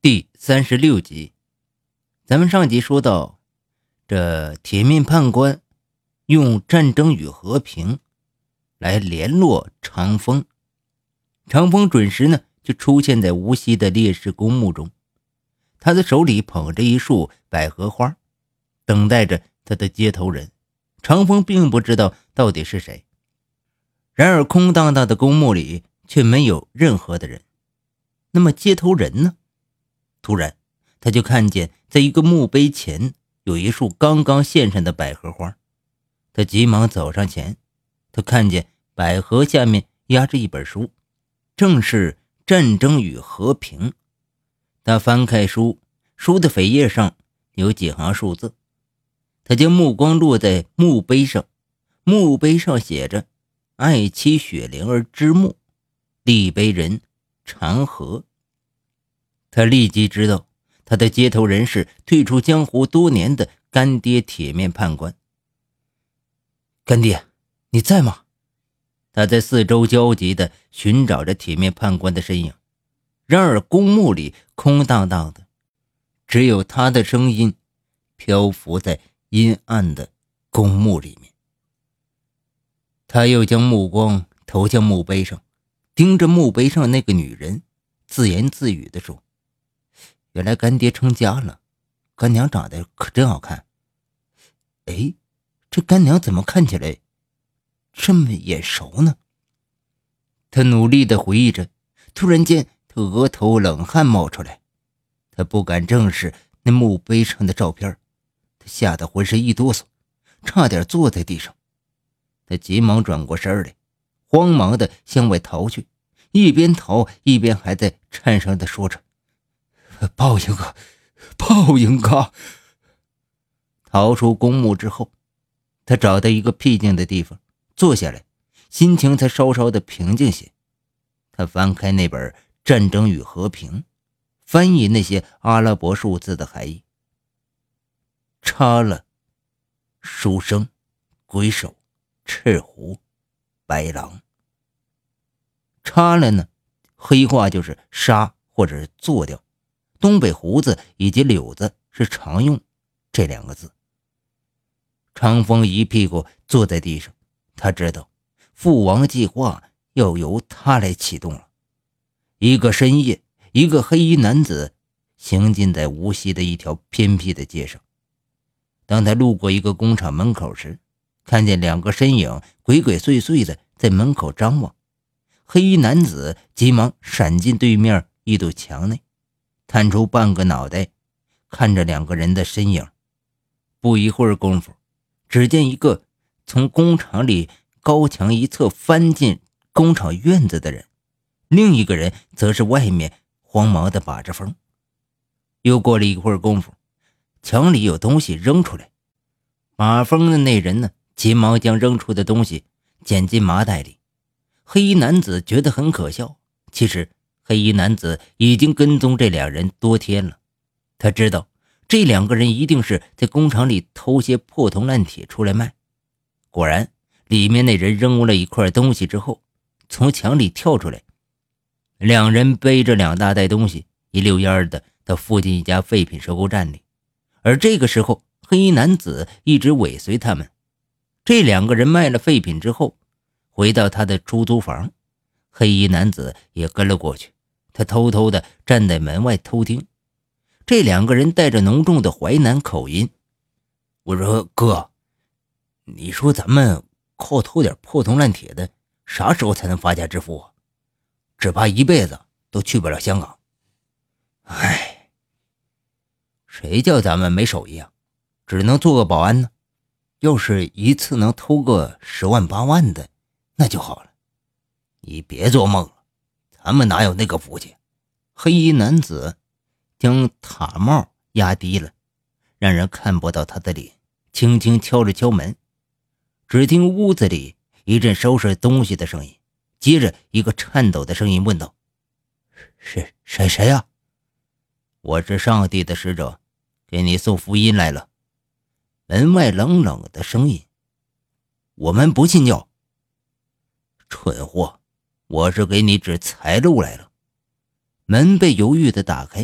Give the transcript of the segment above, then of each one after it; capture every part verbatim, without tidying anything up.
第三十六集。咱们上集说到，这铁面判官用战争与和平来联络长风。长风准时呢就出现在无锡的烈士公墓中，他的手里捧着一束百合花，等待着他的接头人。长风并不知道到底是谁，然而空荡荡的公墓里却没有任何的人。那么接头人呢？突然他就看见在一个墓碑前有一束刚刚献上的百合花，他急忙走上前，他看见百合下面压着一本书，正是《战争与和平》。他翻开书，书的扉页上有几行数字，他将目光落在墓碑上，墓碑上写着爱妻雪灵儿之墓，立碑人长河。他立即知道他的接头人是退出江湖多年的干爹铁面判官。干爹，你在吗？他在四周焦急地寻找着铁面判官的身影，然而公墓里空荡荡的，只有他的声音漂浮在阴暗的公墓里面。他又将目光投向墓碑上，盯着墓碑上那个女人，自言自语地说，原来干爹成家了，干娘长得可真好看。哎，这干娘怎么看起来这么眼熟呢？他努力地回忆着，突然间他额头冷汗冒出来，他不敢正视那墓碑上的照片，他吓得浑身一哆嗦，差点坐在地上。他急忙转过身来，慌忙地向外逃去，一边逃一边还在颤声地说着，报应啊，报应啊！逃出公墓之后，他找到一个僻静的地方坐下来，心情才稍稍的平静些。他翻开那本《战争与和平》，翻译那些阿拉伯数字的含义。插了、书生、鬼手、赤狐、白狼。插了呢，黑话就是杀或者是做掉，东北胡子以及柳子是常用这两个字。长风一屁股坐在地上，他知道父王计划要由他来启动了。一个深夜，一个黑衣男子行进在无锡的一条偏僻的街上。当他路过一个工厂门口时，看见两个身影鬼鬼祟祟的在门口张望。黑衣男子急忙闪进对面一堵墙内，探出半个脑袋看着两个人的身影。不一会儿功夫，只见一个从工厂里高墙一侧翻进工厂院子的人，另一个人则是外面慌忙地把着风。又过了一会儿功夫，墙里有东西扔出来，把风的那人呢，急忙将扔出的东西捡进麻袋里。黑衣男子觉得很可笑，其实黑衣男子已经跟踪这两人多天了。他知道这两个人一定是在工厂里偷些破铜烂铁出来卖。果然，里面那人扔了一块东西之后，从墙里跳出来。两人背着两大袋东西，一溜烟的到附近一家废品收购站里。而这个时候，黑衣男子一直尾随他们。这两个人卖了废品之后，回到他的出租房，黑衣男子也跟了过去。他偷偷地站在门外偷听。这两个人带着浓重的淮南口音，我说哥，你说咱们靠偷点破铜烂铁的，啥时候才能发家致富啊？只怕一辈子都去不了香港。唉，谁叫咱们没手艺啊，只能做个保安呢。要是一次能偷个十万八万的，那就好了。你别做梦了，咱们哪有那个福气？黑衣男子将塔帽压低了，让人看不到他的脸，轻轻敲着敲门。只听屋子里一阵收拾东西的声音，接着一个颤抖的声音问道，是谁谁呀？我是上帝的使者，给你送福音来了。门外冷冷的声音，我们不信教。蠢货，我是给你指财路来了。门被犹豫地打开，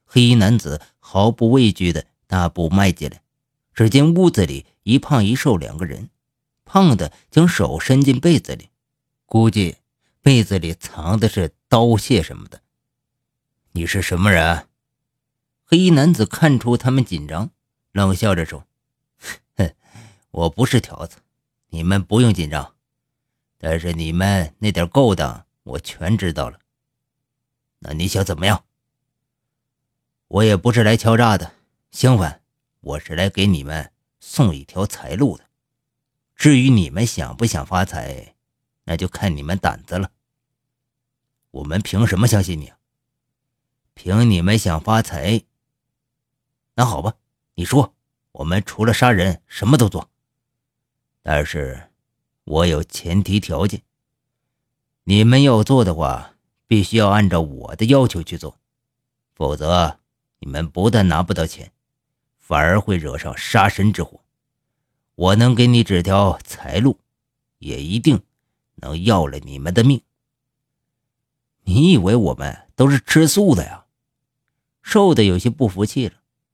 黑衣男子毫不畏惧的大步迈进来。只见屋子里一胖一瘦两个人，胖的将手伸进被子里，估计被子里藏的是刀械什么的。你是什么人？黑衣男子看出他们紧张，冷笑着说：哼，我不是条子，你们不用紧张，但是你们那点勾当我全知道了。那你想怎么样？我也不是来敲诈的，相反，我是来给你们送一条财路的。至于你们想不想发财，那就看你们胆子了。我们凭什么相信你啊？凭你们想发财。那好吧，你说，我们除了杀人什么都做。但是我有前提条件，你们要做的话，必须要按照我的要求去做，否则你们不但拿不到钱，反而会惹上杀身之祸。我能给你指条财路，也一定能要了你们的命。你以为我们都是吃素的呀？瘦的有些不服气了。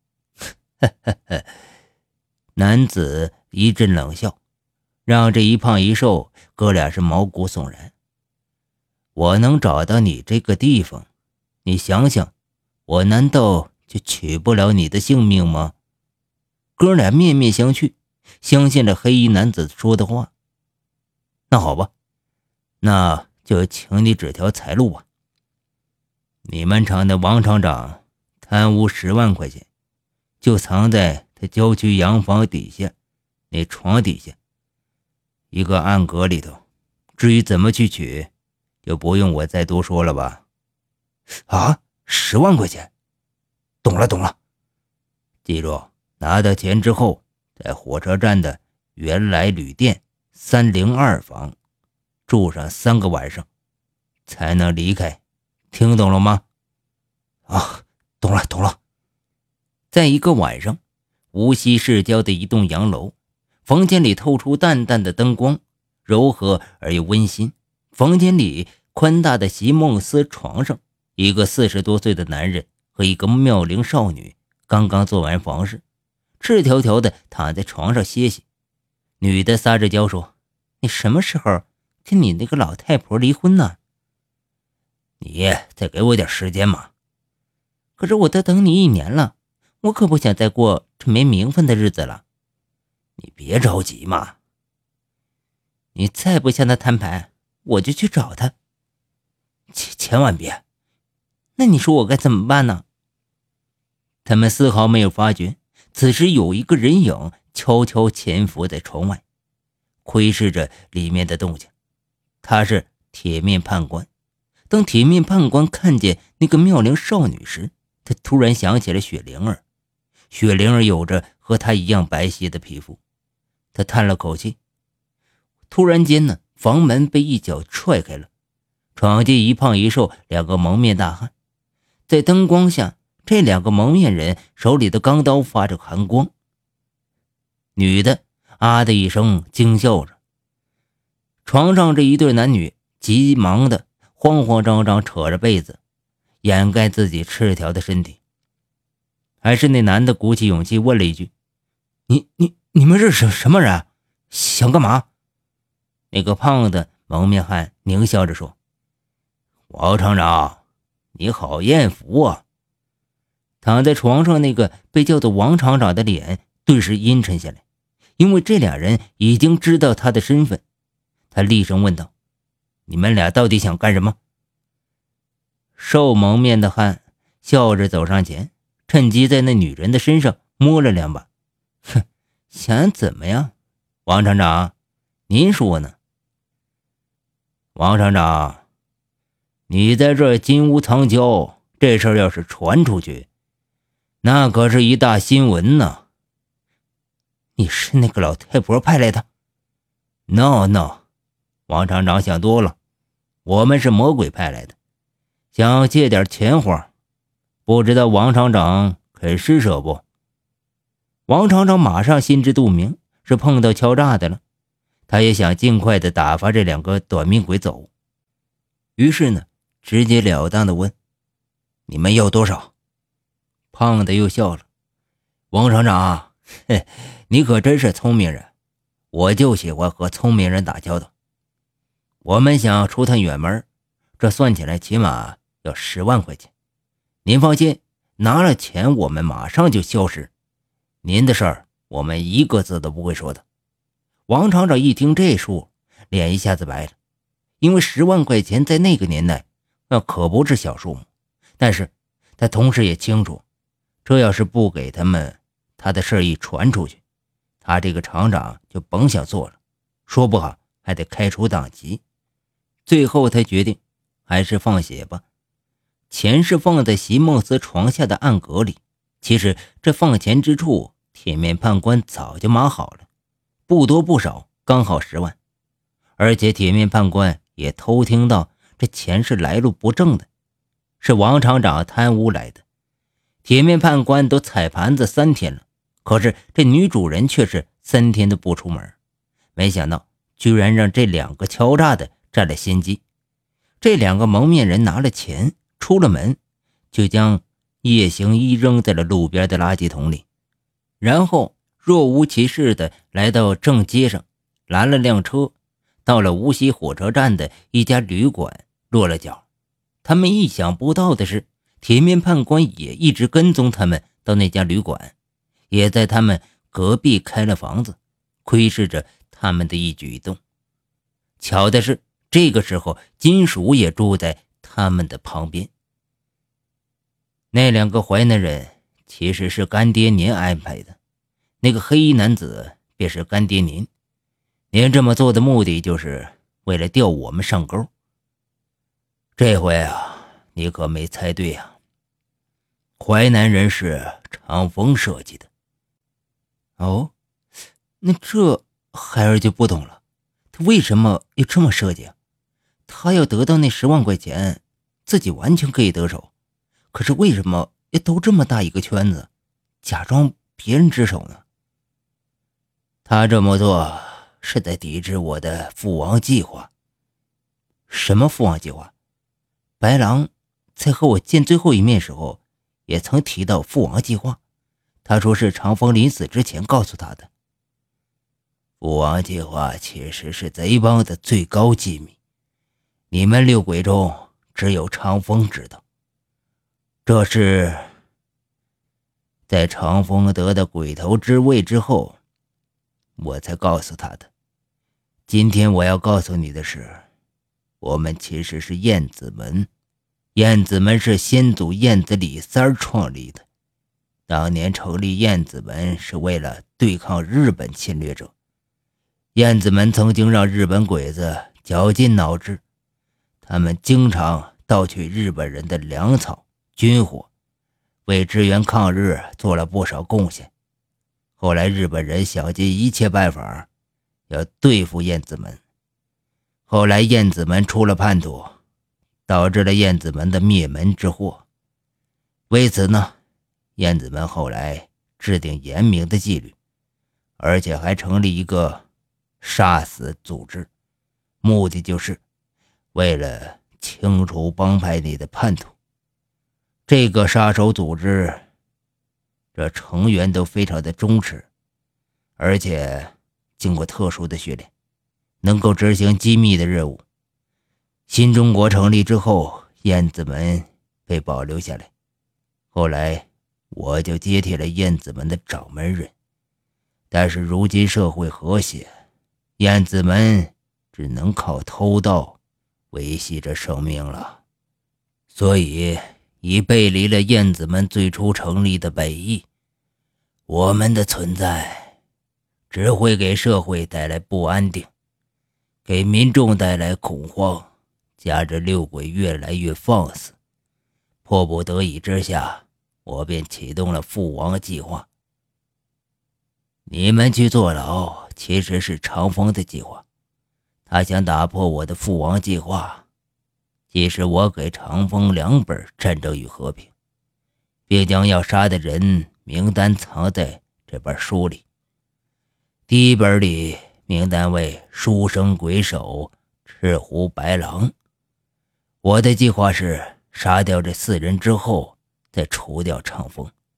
男子一阵冷笑，让这一胖一瘦哥俩是毛骨悚然。我能找到你这个地方，你想想，我难道就取不了你的性命吗？哥俩面面相觑，相信了黑衣男子说的话。那好吧，那就请你指条财路吧。你们厂的王厂长贪污十万块钱，就藏在他郊区洋房底下那床底下一个暗格里头，至于怎么去取，就不用我再多说了吧。啊，十万块钱，懂了懂了。记住，拿到钱之后，在火车站的原来旅店三零二房住上三个晚上，才能离开，听懂了吗？啊，懂了懂了。在一个晚上，无锡市郊的一栋洋楼，房间里透出淡淡的灯光，柔和而又温馨。房间里宽大的席梦思床上，一个四十多岁的男人和一个妙龄少女刚刚做完房事，赤条条的躺在床上歇息。女的撒着娇说：你什么时候跟你那个老太婆离婚呢？你再给我点时间嘛。可是我都等你一年了，我可不想再过这没名分的日子了。你别着急嘛。你再不向他摊牌，我就去找他。千千万别。那你说我该怎么办呢？他们丝毫没有发觉，此时有一个人影悄悄潜伏在窗外，窥视着里面的动静。他是铁面判官。当铁面判官看见那个妙龄少女时，他突然想起了雪灵儿。雪灵儿有着和他一样白皙的皮肤。他叹了口气。突然间呢，房门被一脚踹开了，闯进一胖一瘦两个蒙面大汉。在灯光下，这两个蒙面人手里的钢刀发着寒光。女的啊的一声惊笑着。床上这一对男女急忙的慌慌张张扯着被子掩盖自己赤条的身体。还是那男的鼓起勇气问了一句：你你你们是什什么人？想干嘛？那个胖的蒙面汉狞笑着说：王厂长，你好艳福啊。躺在床上那个被叫做王厂长的脸顿时阴沉下来，因为这俩人已经知道他的身份。他厉声问道：你们俩到底想干什么？瘦蒙面的汉笑着走上前，趁机在那女人的身上摸了两把。哼，想怎么样？王厂长，您说呢？王厂长，你在这儿金屋藏娇，这事儿要是传出去，那可是一大新闻呢。你是那个老太婆派来的？ No no， 王厂长想多了，我们是魔鬼派来的，想借点钱花，不知道王厂长肯施舍不？王厂长马上心知肚明，是碰到敲诈的了。他也想尽快的打发这两个短命鬼走，于是呢，直截了当的问：你们要多少？ 胖的又笑了。王厂长，嘿，你可真是聪明人，我就喜欢和聪明人打交道。我们想出趟远门，这算起来起码要十万块钱。您放心，拿了钱我们马上就消失。您的事儿我们一个字都不会说的。王厂长一听这数，脸一下子白了，因为十万块钱在那个年代那可不是小数目。但是他同时也清楚，这要是不给他们，他的事一传出去，他这个厂长就甭想做了，说不好还得开除党籍。最后他决定还是放血吧。钱是放在席梦思床下的暗格里，其实这放钱之处铁面判官早就码好了，不多不少，刚好十万。而且铁面判官也偷听到这钱是来路不正的，是王厂长贪污来的。铁面判官都踩盘子三天了，可是这女主人却是三天都不出门，没想到居然让这两个敲诈的占了先机。这两个蒙面人拿了钱出了门，就将叶行一扔在了路边的垃圾桶里，然后若无其事地来到正街上，拦了辆车，到了无锡火车站的一家旅馆落了脚。他们意想不到的是，铁面判官也一直跟踪他们到那家旅馆，也在他们隔壁开了房子，窥视着他们的一举一动。巧的是，这个时候金属也住在他们的旁边。那两个淮南人其实是干爹您安排的，那个黑衣男子便是干爹您。您这么做的目的就是为了钓我们上钩。这回啊，你可没猜对啊，淮南人是长风设计的。哦，那这孩儿就不懂了，他为什么要这么设计啊？他要得到那十万块钱，自己完全可以得手，可是为什么要兜这么大一个圈子，假装别人之手呢？他这么做是在抵制我的父王计划。什么父王计划？白狼在和我见最后一面时候也曾提到父王计划，他说是长风临死之前告诉他的。父王计划其实是贼帮的最高机密，你们六鬼中只有长风知道。这是在长风得到鬼头之位之后，我才告诉他的。今天我要告诉你的是，我们其实是燕子门。燕子门是先祖燕子李三创立的，当年成立燕子门是为了对抗日本侵略者。燕子门曾经让日本鬼子绞尽脑汁，他们经常盗取日本人的粮草军火，为支援抗日做了不少贡献。后来日本人想尽一切办法要对付燕子门，后来燕子门出了叛徒，导致了燕子门的灭门之祸。为此呢，燕子门后来制定严明的纪律，而且还成立一个杀死组织，目的就是为了清除帮派里的叛徒。这个杀手组织，这成员都非常的忠实，而且经过特殊的训练，能够执行机密的任务。新中国成立之后，燕子门被保留下来，后来我就接替了燕子门的掌门人。但是如今社会和谐，燕子门只能靠偷盗维系着生命了，所以已背离了燕子门最初成立的本意。我们的存在只会给社会带来不安定，给民众带来恐慌，加之六鬼越来越放肆，迫不得已之下，我便启动了父王计划。你们去坐牢其实是长风的计划，他想打破我的父王计划。即使我给长风两本《战争与和平》，并将要杀的人名单藏在这本书里。第一本里名单为书生鬼手赤狐白狼。我的计划是杀掉这四人之后再除掉长风，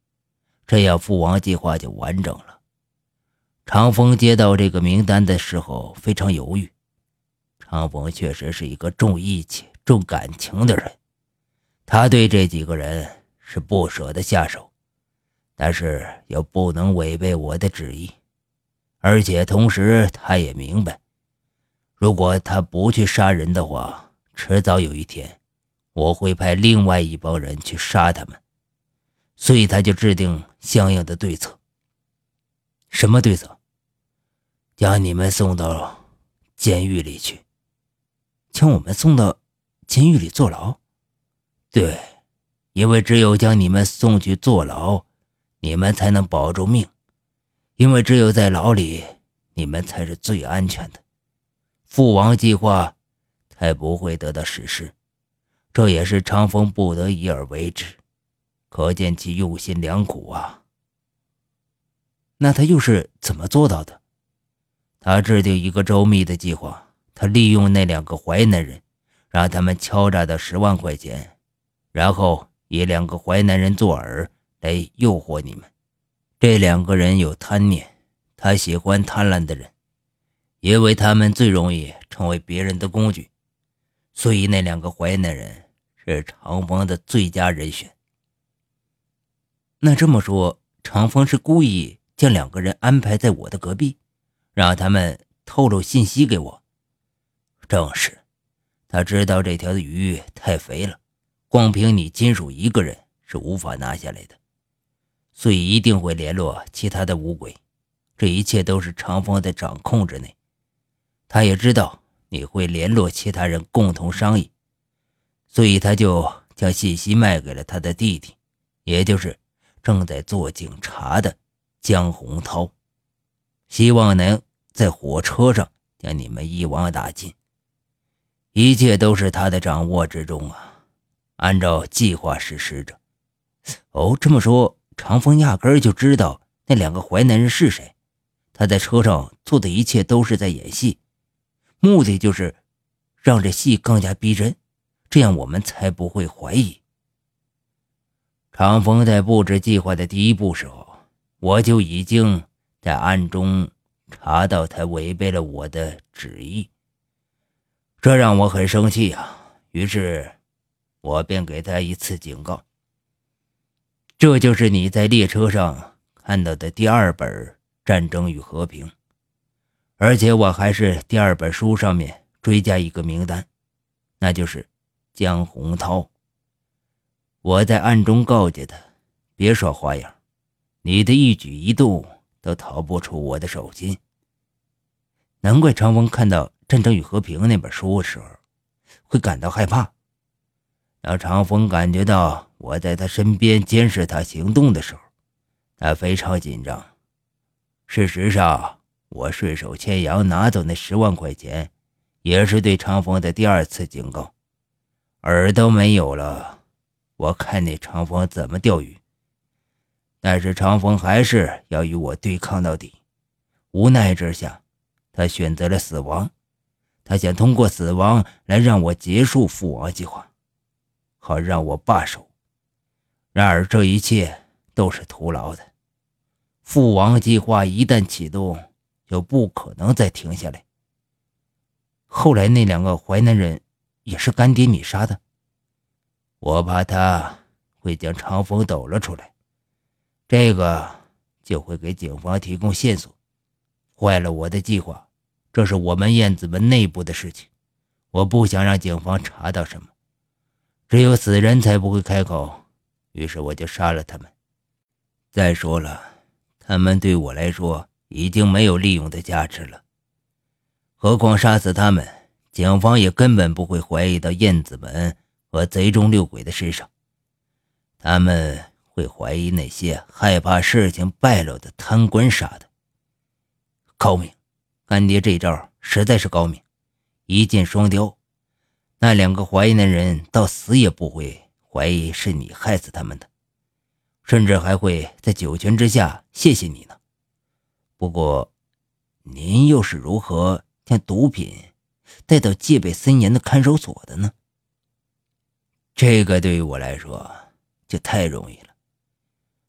这样父王计划就完整了。长风接到这个名单的时候非常犹豫。长风确实是一个重义气、重感情的人，他对这几个人是不舍得下手，但是又不能违背我的旨意。而且同时他也明白，如果他不去杀人的话，迟早有一天我会派另外一帮人去杀他们，所以他就制定相应的对策。什么对策？将你们送到监狱里去。将我们送到监狱里坐牢？对，因为只有将你们送去坐牢，你们才能保住命，因为只有在牢里，你们才是最安全的。父王计划才不会得到实施，这也是长风不得已而为之，可见其用心良苦啊。那他又是怎么做到的？他制定一个周密的计划，他利用那两个淮南人，让他们敲诈到十万块钱，然后以两个淮南人做饵来诱惑你们。这两个人有贪念，他喜欢贪婪的人，因为他们最容易成为别人的工具，所以那两个淮南人是长风的最佳人选。那这么说，长风是故意将两个人安排在我的隔壁，让他们透露信息给我。正是，他知道这条鱼太肥了，光凭你金属一个人是无法拿下来的，所以一定会联络其他的五鬼。这一切都是长风的掌控之内。他也知道你会联络其他人共同商议，所以他就将信息卖给了他的弟弟，也就是正在做警察的江洪涛，希望能在火车上将你们一网打尽。一切都是他的掌握之中啊，按照计划实施着。哦，这么说，长风压根儿就知道那两个淮南人是谁，他在车上做的一切都是在演戏，目的就是让这戏更加逼真，这样我们才不会怀疑。长风在布置计划的第一步时候，我就已经在暗中查到他违背了我的旨意，这让我很生气啊。于是我便给他一次警告。这就是你在列车上看到的第二本《战争与和平》，而且我还是第二本书上面追加一个名单，那就是江洪涛。我在暗中告诫他，别耍花样，你的一举一动都逃不出我的手心。难怪长风看到《战争与和平》那本书的时候会感到害怕。当长风感觉到我在他身边监视他行动的时候，他非常紧张。事实上，我顺手牵羊拿走那十万块钱，也是对长风的第二次警告。饵都没有了，我看那长风怎么钓鱼。但是长风还是要与我对抗到底。无奈之下，他选择了死亡。他想通过死亡来让我结束父王计划，好让我罢手。然而这一切都是徒劳的。父王计划一旦启动，就不可能再停下来。后来那两个淮南人也是干爹你杀的。我怕他会将长风抖了出来，这个就会给警方提供线索，坏了我的计划。这是我们燕子门内部的事情，我不想让警方查到什么，只有死人才不会开口，于是我就杀了他们。再说了，他们对我来说已经没有利用的价值了，何况杀死他们，警方也根本不会怀疑到燕子门和贼中六鬼的身上，他们会怀疑那些害怕事情败露的贪官杀的。高明，干爹这招实在是高明，一箭双雕。那两个淮南人到死也不会怀疑是你害死他们的，甚至还会在九泉之下谢谢你呢。不过您又是如何将毒品带到戒备森严的看守所的呢？这个对于我来说就太容易了。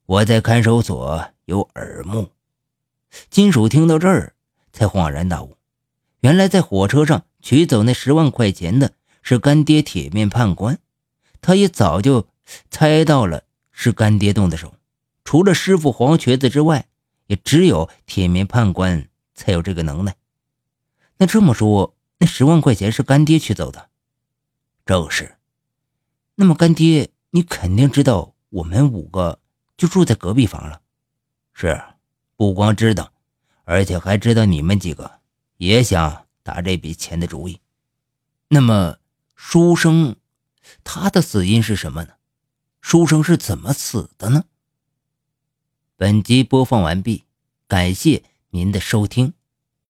我在看守所有耳目。金属听到这儿才恍然大悟，原来在火车上取走那十万块钱的是干爹铁面判官，他也早就猜到了是干爹动的手，除了师傅黄瘸子之外，也只有铁面判官才有这个能耐。那这么说，那十万块钱是干爹取走的？正是。那么干爹，你肯定知道我们五个就住在隔壁房了。是，不光知道，而且还知道你们几个也想打这笔钱的主意。那么书生他的死因是什么呢？书生是怎么死的呢？本集播放完毕，感谢您的收听。